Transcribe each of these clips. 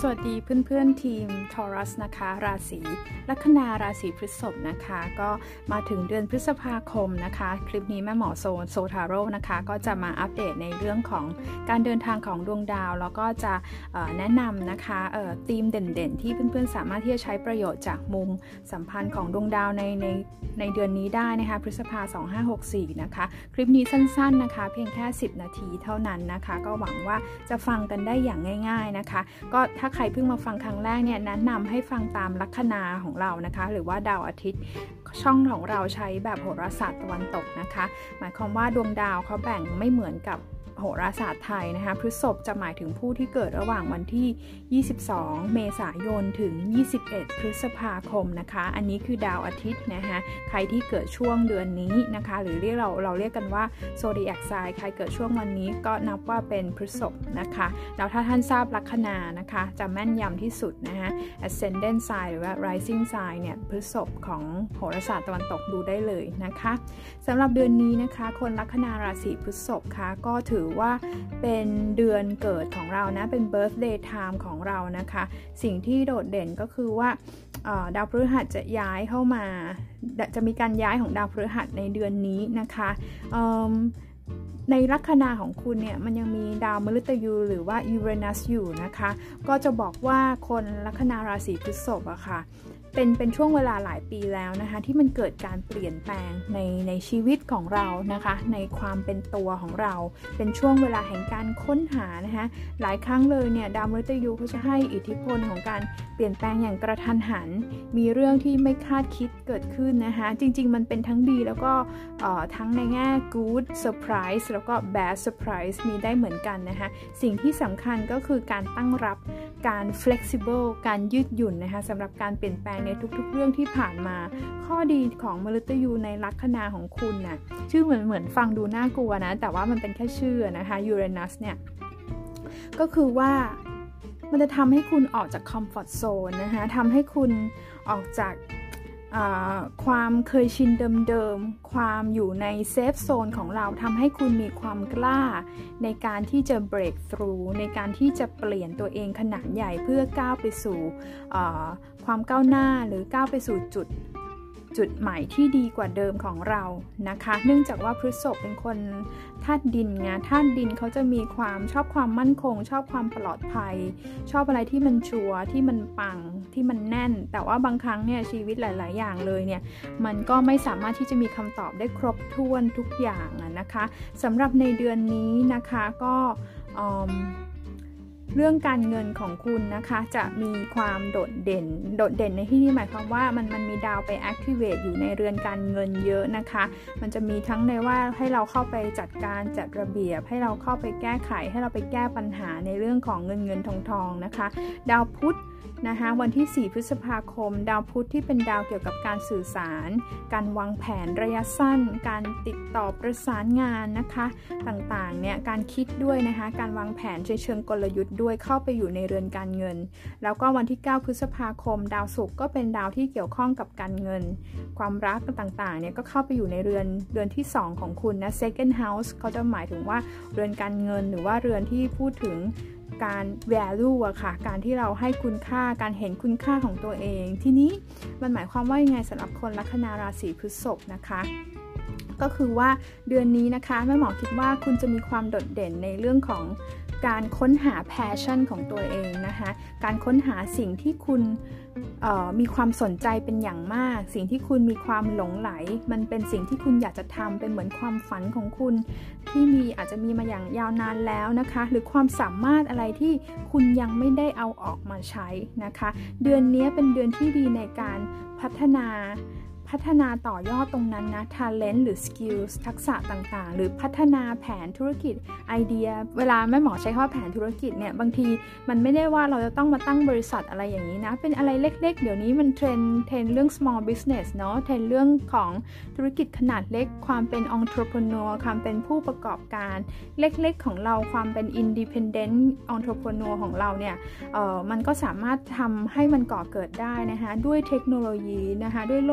วัสดีเพื่อนๆทีมทอรัสนะคะราศีลัคนาราศีพฤษภนะคะก็มาถึงเดือนพฤษภาคมนะคะคลิปนี้แม่หมอโซทาโร่นะคะก็จะมาอัปเดตในเรื่องของการเดินทางของดวงดาวแล้วก็จะแนะนำนะคะธีมเด่นๆที่เพื่อนๆสามารถที่จะใช้ประโยชน์จากมุมสัมพันธ์ของดวงดาวในเดือนนี้ได้นะคะพฤษภา2564นะคะคลิปนี้สั้นๆนะคะเพียงแค่10นาทีเท่านั้นนะคะก็หวังว่าจะฟังกันได้อย่างง่ายๆนะคะก็ถ้าใครเพิ่งมาฟังครั้งแรกเนี่ยแนะนำให้ฟังตามลัคนาของเรานะคะหรือว่าดาวอาทิตย์ช่องของเราใช้แบบโหราศาสตร์ตะวันตกนะคะหมายความว่าดวงดาวเขาแบ่งไม่เหมือนกับโหราศาสตร์ไทยนะคะพฤษภจะหมายถึงผู้ที่เกิดระหว่างวันที่22เมษายนถึง21พฤษภาคมนะคะอันนี้คือดาวอาทิตย์นะคะใครที่เกิดช่วงเดือนนี้นะคะหรือเราเรียกกันว่าโซเดียกไซน์ใครเกิดช่วงวันนี้ก็นับว่าเป็นพฤษภนะคะแล้วถ้าท่านทราบลัคนานะคะจะแม่นยำที่สุดนะคะ ascendant sign หรือว่า rising sign เนี่ยพฤษภของโหราศาสตร์ตะวันตกดูได้เลยนะคะสำหรับเดือนนี้นะคะคนลัคนาราศีพฤษภค่ะก็ถือว่าเป็นเดือนเกิดของเรานะเป็น birthday time ของเรานะคะสิ่งที่โดดเด่นก็คือว่าดาวพฤหัสจะย้ายเข้ามาจะมีการย้ายของดาวพฤหัสในเดือนนี้นะคะในลัคนาของคุณเนี่ยมันยังมีดาวมฤตยูหรือว่ายูเรนัสอยู่นะคะก็จะบอกว่าคนลัคนาราศีพฤษภอะค่ะเป็นช่วงเวลาหลายปีแล้วนะคะที่มันเกิดการเปลี่ยนแปลงในชีวิตของเรานะคะในความเป็นตัวของเราเป็นช่วงเวลาแห่งการค้นหานะคะหลายครั้งเลยเนี่ยดาวมฤตยูเขาจะให้อิทธิพลของการเปลี่ยนแปลงอย่างกระทันหันมีเรื่องที่ไม่คาดคิดเกิดขึ้นนะคะจริงๆมันเป็นทั้งดีแล้วก็ทั้งในแง่ good surprise แล้วก็ bad surprise มีได้เหมือนกันนะคะสิ่งที่สำคัญก็คือการตั้งรับการ flexible การยืดหยุ่นนะคะสำหรับการเปลี่ยนแปลงในทุกๆเรื่องที่ผ่านมาข้อดีของมฤตยูในลัคนาของคุณนะชื่อเหมือนฟังดูน่ากลัวนะแต่ว่ามันเป็นแค่ชื่อนะคะยูเรนัสเนี่ยก็คือว่ามันจะทำให้คุณออกจากคอมฟอร์ตโซนนะคะทำให้คุณออกจากความเคยชินเดิมๆความอยู่ในเซฟโซนของเราทำให้คุณมีความกล้าในการที่จะ break through ในการที่จะเปลี่ยนตัวเองขนาดใหญ่เพื่อก้าวไปสู่ความก้าวหน้าหรือก้าวไปสู่จุดใหม่ที่ดีกว่าเดิมของเรานะคะเนื่องจากว่าพฤษภเป็นคนธาตุดินไงธาตุดินเขาจะมีความชอบความมั่นคงชอบความปลอดภัยชอบอะไรที่มันชัวร์ที่มันปังที่มันแน่นแต่ว่าบางครั้งเนี่ยชีวิตหลายๆอย่างเลยเนี่ยมันก็ไม่สามารถที่จะมีคำตอบได้ครบถ้วนทุกอย่างนะคะสำหรับในเดือนนี้นะคะก็เรื่องการเงินของคุณนะคะจะมีความโดดเด่นในที่นี้หมายความว่ามันมีดาวไป activate อยู่ในเรือนการเงินเยอะนะคะมันจะมีทั้งในว่าให้เราเข้าไปจัดการจัดระเบียบให้เราเข้าไปแก้ไขให้เราไปแก้ปัญหาในเรื่องของเงินทองนะคะดาวพุธนะคะวันที่4พฤษภาคมดาวพุธที่เป็นดาวเกี่ยวกับการสื่อสารการวางแผนระยะสั้นการติดต่อประสานงานนะคะต่างๆเนี่ยการคิดด้วยนะคะการวางแผนเชิงกลยุทธ์ด้วยเข้าไปอยู่ในเรือนการเงินแล้วก็วันที่9พฤษภาคมดาวศุกร์ก็เป็นดาวที่เกี่ยวข้องกับการเงินความรักต่างๆเนี่ยก็เข้าไปอยู่ในเรือนที่2ของคุณนะ second house เขาจะหมายถึงว่าเรือนการเงินหรือว่าเรือนที่พูดถึงการ value อะค่ะการที่เราให้คุณค่าการเห็นคุณค่าของตัวเองทีนี้มันหมายความว่ายังไงสำหรับคนลัคนาราศีพฤษภนะคะก็คือว่าเดือนนี้นะคะแม่หมอคิดว่าคุณจะมีความโดดเด่นในเรื่องของการค้นหา passion ของตัวเองนะคะการค้นหาสิ่งที่คุณมีความสนใจเป็นอย่างมากสิ่งที่คุณมีความหลงไหลมันเป็นสิ่งที่คุณอยากจะทำเป็นเหมือนความฝันของคุณที่อาจจะมีมาอย่างยาวนานแล้วนะคะหรือความสามารถอะไรที่คุณยังไม่ได้เอาออกมาใช้นะคะเดือนนี้เป็นเดือนที่ดีในการพัฒนาต่อยอดตรงนั้นนะ talent หรือ skills ทักษะต่างๆหรือพัฒนาแผนธุรกิจไอเดียเวลาแม่หมอใช้คำว่าแผนธุรกิจเนี่ยบางทีมันไม่ได้ว่าเราจะต้องมาตั้งบริษัทอะไรอย่างนี้นะเป็นอะไรเล็กๆเดี๋ยวนี้มันเทรนเรื่อง small business เนาะเทรนเรื่องของธุรกิจขนาดเล็กความเป็น entrepreneur ความเป็นผู้ประกอบการเล็กๆของเราความเป็น independent entrepreneur ของเราเนี่ยมันก็สามารถทำให้มันก่อเกิดได้นะคะด้วยเทคโนโลยีนะคะด้วยโลกออนไลน์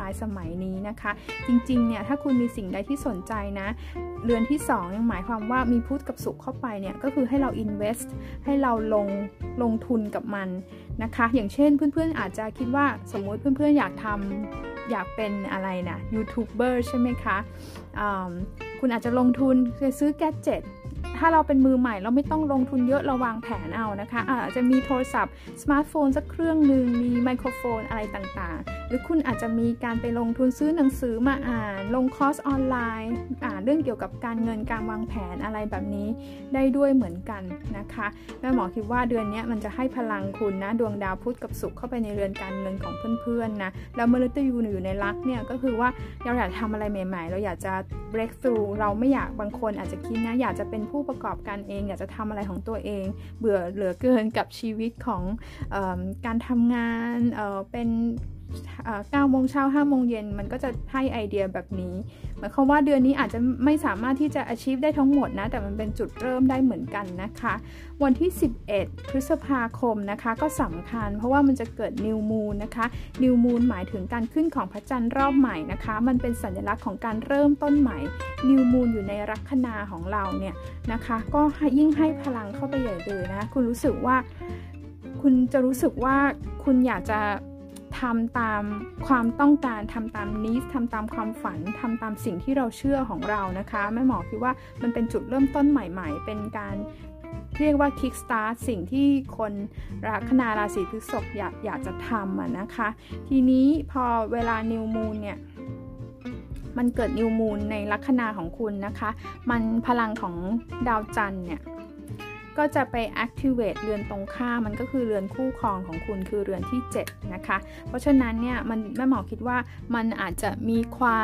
ายสมัยนี้นะคะจริงๆเนี่ยถ้าคุณมีสิ่งใดที่สนใจนะเรือนที่2ยังหมายความว่ามีพุธกับศุกร์เข้าไปเนี่ยก็คือให้เรา invest ให้เราลงทุนกับมันนะคะอย่างเช่นเพื่อนๆอาจจะคิดว่าสมมติเพื่อนๆอยากเป็นอะไรนะยูทูบเบอร์ใช่ไหมคะคุณอาจจะลงทุนซื้อแกดเจ็ตถ้าเราเป็นมือใหม่เราไม่ต้องลงทุนเยอะเราวางแผนเอานะคะอาจจะมีโทรศัพท์สมาร์ทโฟนสักเครื่องหนึ่งมีไมโครโฟนอะไรต่างๆหรือคุณอาจจะมีการไปลงทุนซื้อหนังสือมาอ่านลงคอร์สออนไลน์เรื่องเกี่ยวกับการเงินการวางแผนอะไรแบบนี้ได้ด้วยเหมือนกันนะคะแม่หมอคิดว่าเดือนนี้มันจะให้พลังคุณนะดวงดาวพุธกับศุกร์เข้าไปในเรือนการเงินของเพื่อนๆนะแล้วมฤตยูอยู่ในลัคเนี่ยก็คือว่าเราอยากทำอะไรใหม่ๆเราอยากจะ break through เราไม่อยากบางคนอาจจะคิดนะอยากจะเป็นผู้ประกอบการเองอยากจะทำอะไรของตัวเองเบื่อเหลือเกินกับชีวิตของการทำงานเป็น9 โมงเช้า 5 โมงเย็นมันก็จะให้ไอเดียแบบนี้หมายความว่าเดือนนี้อาจจะไม่สามารถที่จะ achieve ได้ทั้งหมดนะแต่มันเป็นจุดเริ่มได้เหมือนกันนะคะวันที่11 พฤษภาคมนะคะก็สำคัญเพราะว่ามันจะเกิด New Moon นะคะ New Moon หมายถึงการขึ้นของพระจันทร์รอบใหม่นะคะมันเป็นสัญลักษณ์ของการเริ่มต้นใหม่ New Moon อยู่ในลัคนาของเราเนี่ยนะคะก็ยิ่งให้พลังเข้าไปใหญ่เลยนะคุณรู้สึกว่าคุณจะรู้สึกว่าคุณอยากจะทำตามความต้องการทำตาม needs ทำตามความฝันทำตามสิ่งที่เราเชื่อของเรานะคะแม่หมอคิดว่ามันเป็นจุดเริ่มต้นใหม่ๆเป็นการเรียกว่า kick start สิ่งที่คนลัคนาราศีพฤษภอยากจะทำนะคะทีนี้พอเวลา New Moon เนี่ยมันเกิด New Moon ในลัคนาของคุณนะคะมันพลังของดาวจันทร์เนี่ยก็จะไป activate เรือนตรงข้ามมันก็คือเรือนคู่ครองของคุณคือเรือนที่7นะคะเพราะฉะนั้นเนี่ยแม่หมอคิดว่ามันอาจจะมีความ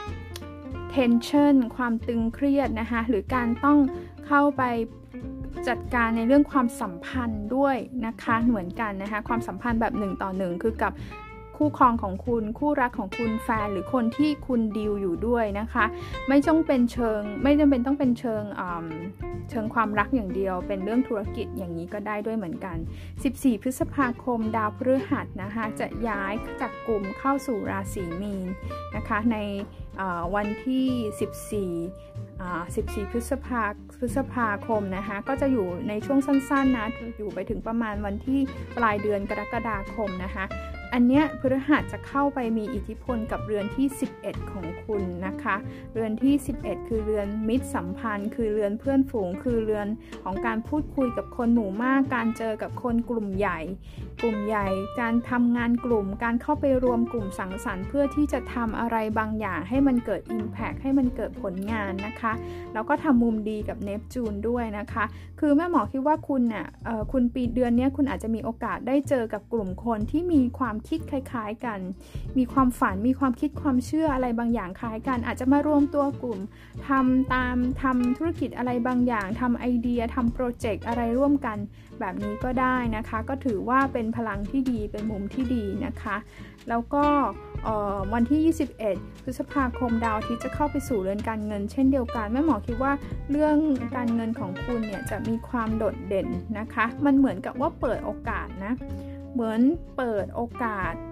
tension ความตึงเครียดนะคะหรือการต้องเข้าไปจัดการในเรื่องความสัมพันธ์ด้วยนะคะเหมือนกันนะคะความสัมพันธ์แบบ1 ต่อ 1คือกับคู่ครองของคุณคู่รักของคุณแฟนหรือคนที่คุณดีลอยู่ด้วยนะคะไม่จำเป็นต้องเป็นเชิงความรักอย่างเดียวเป็นเรื่องธุรกิจอย่างนี้ก็ได้ด้วยเหมือนกัน14 พฤษภาคมดาวพฤหัสนะคะจะย้ายจากกุมเข้าสู่ราศีมีนนะคะในวันที่14 พฤษภาคมนะคะก็จะอยู่ในช่วงสั้นๆนะอยู่ไปถึงประมาณวันที่ปลายเดือนกรกฎาคมนะคะอันเนี้ยพฤหัสจะเข้าไปมีอิทธิพลกับเรือนที่11ของคุณนะคะเรือนที่11คือเรือนมิตรสัมพันธ์คือเรือนเพื่อนฝูงคือเรือนของการพูดคุยกับคนหมู่มากการเจอกับคนกลุ่มใหญ่การทำงานกลุ่มการเข้าไปรวมกลุ่มสังสรรค์เพื่อที่จะทำอะไรบางอย่างให้มันเกิด impact ให้มันเกิดผลงานนะคะแล้วก็ทำมุมดีกับเนปจูนด้วยนะคะคือแม่หมอคิดว่าคุณเนี่ยคุณปีเดือนนี้คุณอาจจะมีโอกาสได้เจอกับกลุ่มคนที่มีความคิดคล้ายๆกันมีความฝันมีความคิดความเชื่ออะไรบางอย่างคล้ายกันอาจจะมารวมตัวกลุ่มทำธุรกิจอะไรบางอย่างทำไอเดียทำโปรเจกต์อะไรร่วมกันแบบนี้ก็ได้นะคะก็ถือว่าเป็นพลังที่ดีเป็นมุมที่ดีนะคะแล้วก็วันที่21 พฤษภาคมดาวอาทิตย์จะเข้าไปสู่เรือนการเงินเช่นเดียวกันแม่หมอคิดว่าเรื่องการเงินของคุณเนี่ยจะมีความโดดเด่นนะคะมันเหมือนกับว่าเปิดโอกาสนะเหมือนเปิดโอกาส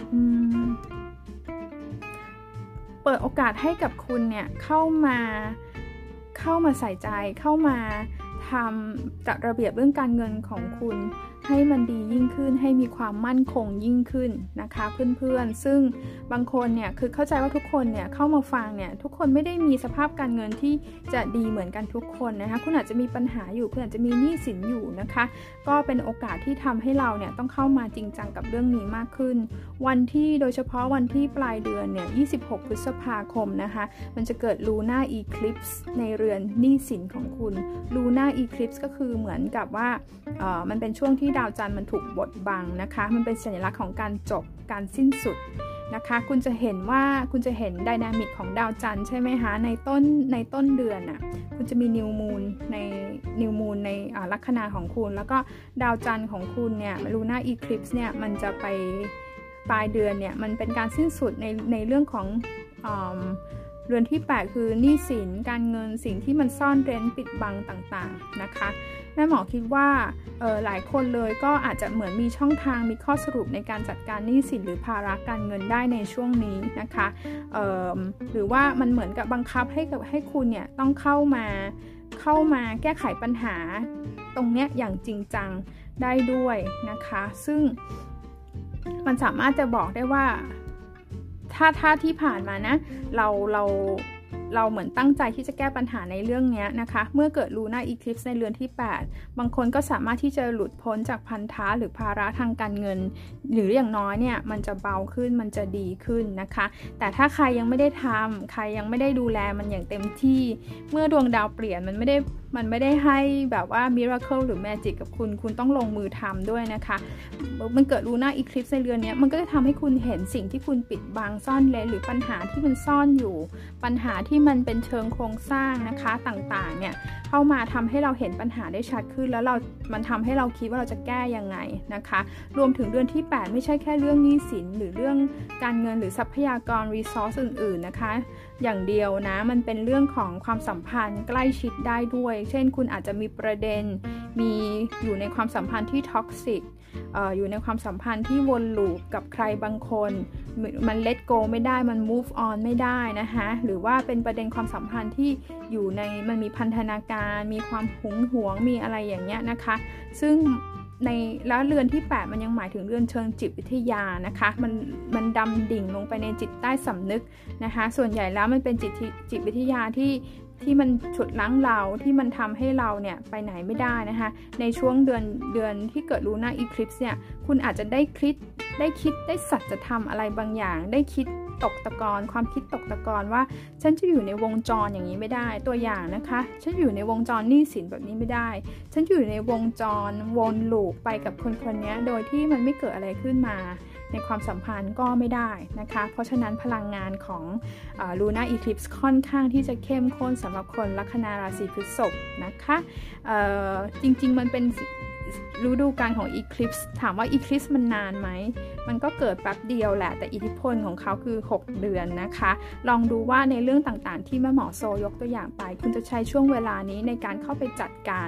ให้กับคุณเนี่ยเข้ามาใส่ใจเข้ามาทำจัดระเบียบเรื่องการเงินของคุณให้มันดียิ่งขึ้นให้มีความมั่นคงยิ่งขึ้นนะคะเพื่อนๆซึ่งบางคนเนี่ยคือเข้าใจว่าทุกคนเนี่ยเข้ามาฟังเนี่ยทุกคนไม่ได้มีสภาพการเงินที่จะดีเหมือนกันทุกคนนะคะคุณอาจจะมีปัญหาอยู่คุณอาจจะมีหนี้สินอยู่นะคะก็เป็นโอกาสที่ทำให้เราเนี่ยต้องเข้ามาจริงจังกับเรื่องนี้มากขึ้นโดยเฉพาะวันที่ปลายเดือนเนี่ย26 พฤษภาคมนะคะมันจะเกิด Lunar Eclipse ในเรือนหนี้สินของคุณ Lunar Eclipse ก็คือเหมือนกับว่ามันเป็นช่วงที่ดาวจันทร์มันถูกบดบังนะคะมันเป็นสัญลักษณ์ของการจบการสิ้นสุดนะคะคุณจะเห็นไดนามิกของดาวจันทร์ใช่ไหมคะในต้นเดือนน่ะคุณจะมีนิวมูนในลัคนาของคุณแล้วก็ดาวจันทร์ของคุณเนี่ยลูน่าอีคลิปส์เนี่ยมันจะไปปลายเดือนเนี่ยมันเป็นการสิ้นสุดในเรื่องของเรือนที่8คือหนี้สินการเงินสิ่งที่มันซ่อนเร้นปิดบังต่างๆนะคะแม่หมอคิดว่าหลายคนเลยก็อาจจะเหมือนมีช่องทางมีข้อสรุปในการจัดการหนี้สินหรือภาระการเงินได้ในช่วงนี้นะคะหรือว่ามันเหมือนกับบังคับให้คุณเนี่ยต้องเข้ามาแก้ไขปัญหาตรงเนี้ยอย่างจริงจังได้ด้วยนะคะซึ่งมันสามารถจะบอกได้ว่าถ้าที่ผ่านมานะเราเหมือนตั้งใจที่จะแก้ปัญหาในเรื่องนี้นะคะเมื่อเกิดลูน่าอีคลิปส์ในเรือนที่8บางคนก็สามารถที่จะหลุดพ้นจากพันธะหรือภาระทางการเงินหรืออย่างน้อยเนี่ยมันจะเบาขึ้นมันจะดีขึ้นนะคะแต่ถ้าใครยังไม่ได้ทำใครยังไม่ได้ดูแลมันอย่างเต็มที่เมื่อดวงดาวเปลี่ยนมันไม่ได้ให้แบบว่ามิราเคิลหรือแมจิกกับคุณต้องลงมือทำด้วยนะคะมันเกิดลูน่าอีคลิปส์ในเรือนนี้มันก็จะทำให้คุณเห็นสิ่งที่คุณปิดบังซ่อนเร้นหรือปัญหาที่มันซ่อนอยู่ปัญหาที่มันเป็นเชิงโครงสร้างนะคะต่างๆเนี่ยเข้ามาทำให้เราเห็นปัญหาได้ชัดขึ้นแล้วมันทำให้เราคิดว่าเราจะแก้ยังไงนะคะรวมถึงเดือนที่8ไม่ใช่แค่เรื่องหนี้สินหรือเรื่องการเงินหรือทรัพยากรรีซอสอื่นๆนะคะอย่างเดียวนะมันเป็นเรื่องของความสัมพันธ์ใกล้ชิดได้ด้วยเช่นคุณอาจจะมีประเด็นมีอยู่ในความสัมพันธ์ที่ท็อกซิกอยู่ในความสัมพันธ์ที่วนลูปกับใครบางคนมัน let go ไม่ได้มัน move on ไม่ได้นะคะหรือว่าเป็นประเด็นความสัมพันธ์ที่อยู่ในมันมีพันธนาการมีความหึงหวงมีอะไรอย่างเงี้ยนะคะซึ่งแล้วเรือนที่8มันยังหมายถึงเรือนเชิงจิตวิทยานะคะมันดำดิ่งลงไปในจิตใต้สำนึกนะคะส่วนใหญ่แล้วมันเป็นจิตวิทยาที่มันฉุดรั้งเราที่มันทำให้เราเนี่ยไปไหนไม่ได้นะคะในช่วงเดือนที่เกิดลูน่าอีคลิปส์เนี่ยคุณอาจจะได้คิดได้สัจธรรมอะไรบางอย่างได้คิดตกตะกอนความคิดตกตะกอนว่าฉันจะอยู่ในวงจรอย่างนี้ไม่ได้ตัวอย่างนะคะฉันอยู่ในวงจรหนี้สินแบบนี้ไม่ได้ฉันอยู่ในวงจรวนลูปไปกับคนนี้โดยที่มันไม่เกิดอะไรขึ้นมาในความสัมพันธ์ก็ไม่ได้นะคะเพราะฉะนั้นพลังงานของลูน่าอีคลิปส์ค่อนข้างที่จะเข้มข้นสำหรับคนลัคนาราศีพฤษภนะคะจริงๆมันเป็นฤดูกาลของอีคลิปส์ถามว่าอีคลิปส์มันนานไหมมันก็เกิดแป๊บเดียวแหละแต่อิทธิพลของเขาคือ6เดือนนะคะลองดูว่าในเรื่องต่างๆที่แม่หมอโซยกตัวอย่างไปคุณจะใช้ช่วงเวลานี้ในการเข้าไปจัดการ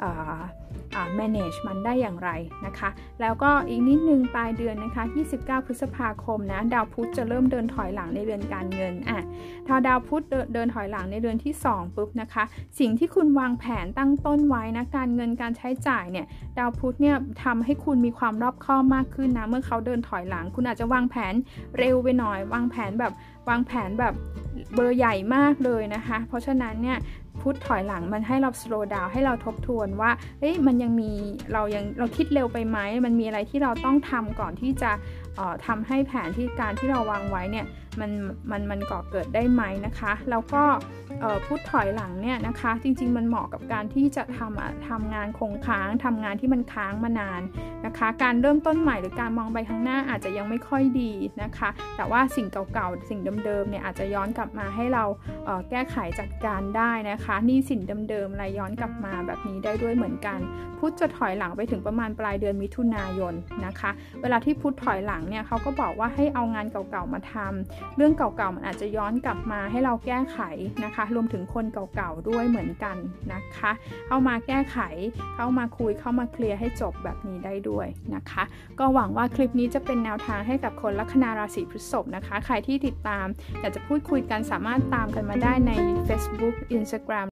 manage มันได้อย่างไรนะคะแล้วก็อีกนิดนึงปลายเดือนนะคะ29พฤษภาคมนะดาวพุธจะเริ่มเดินถอยหลังในเดือนการเงินถ้าดาวพุธเดินถอยหลังในเดือนที่2ปุ๊บนะคะสิ่งที่คุณวางแผนตั้งต้นไว้นะการเงินการใช้จ่ายเนี่ยดาวพุธเนี่ยทำให้คุณมีความรอบคอบมากขึ้นนะเมื่อเขาเดินถอยหลังคุณอาจจะวางแผนเร็วไปหน่อยวางแผนแบบเบอร์ใหญ่มากเลยนะคะเพราะฉะนั้นเนี่ยพุทถอยหลังมันให้เรา slow down ให้เราทบทวนว่ามันยังมีเราคิดเร็วไปไหมมันมีอะไรที่เราต้องทำก่อนที่จะทำให้แผนที่การที่เราวางไว้เนี่ยมันก่อเกิดได้ไหมนะคะแล้วก็พุทถอยหลังเนี่ยนะคะจริงๆมันเหมาะกับการที่จะทำงานคงค้างทำงานที่มันค้างมานานนะคะการเริ่มต้นใหม่หรือการมองไปข้างหน้าอาจจะยังไม่ค่อยดีนะคะแต่ว่าสิ่งเก่าๆสิ่งเดิมๆเนี่ยอาจจะย้อนกลับมาให้เราแก้ไขจัดการได้นะคะหนี้สินเดิมๆอะไรย้อนกลับมาแบบนี้ได้ด้วยเหมือนกันพุธจะถอยหลังไปถึงประมาณปลายเดือนมิถุนายนนะคะเวลาที่พุธถอยหลังเนี่ยเขาก็บอกว่าให้เอางานเก่าๆมาทำเรื่องเก่าๆมันอาจจะย้อนกลับมาให้เราแก้ไขนะคะรวมถึงคนเก่าๆด้วยเหมือนกันนะคะเข้ามาแก้ไขเข้ามาคุยเข้ามาเคลียร์ให้จบแบบนี้ได้ด้วยนะคะก็หวังว่าคลิปนี้จะเป็นแนวทางให้กับคนลัคนาราศีพฤษภนะคะใครที่ติดตามอยากจะพูดคุยกันสามารถตามกันมาได้ใน Facebook Instagram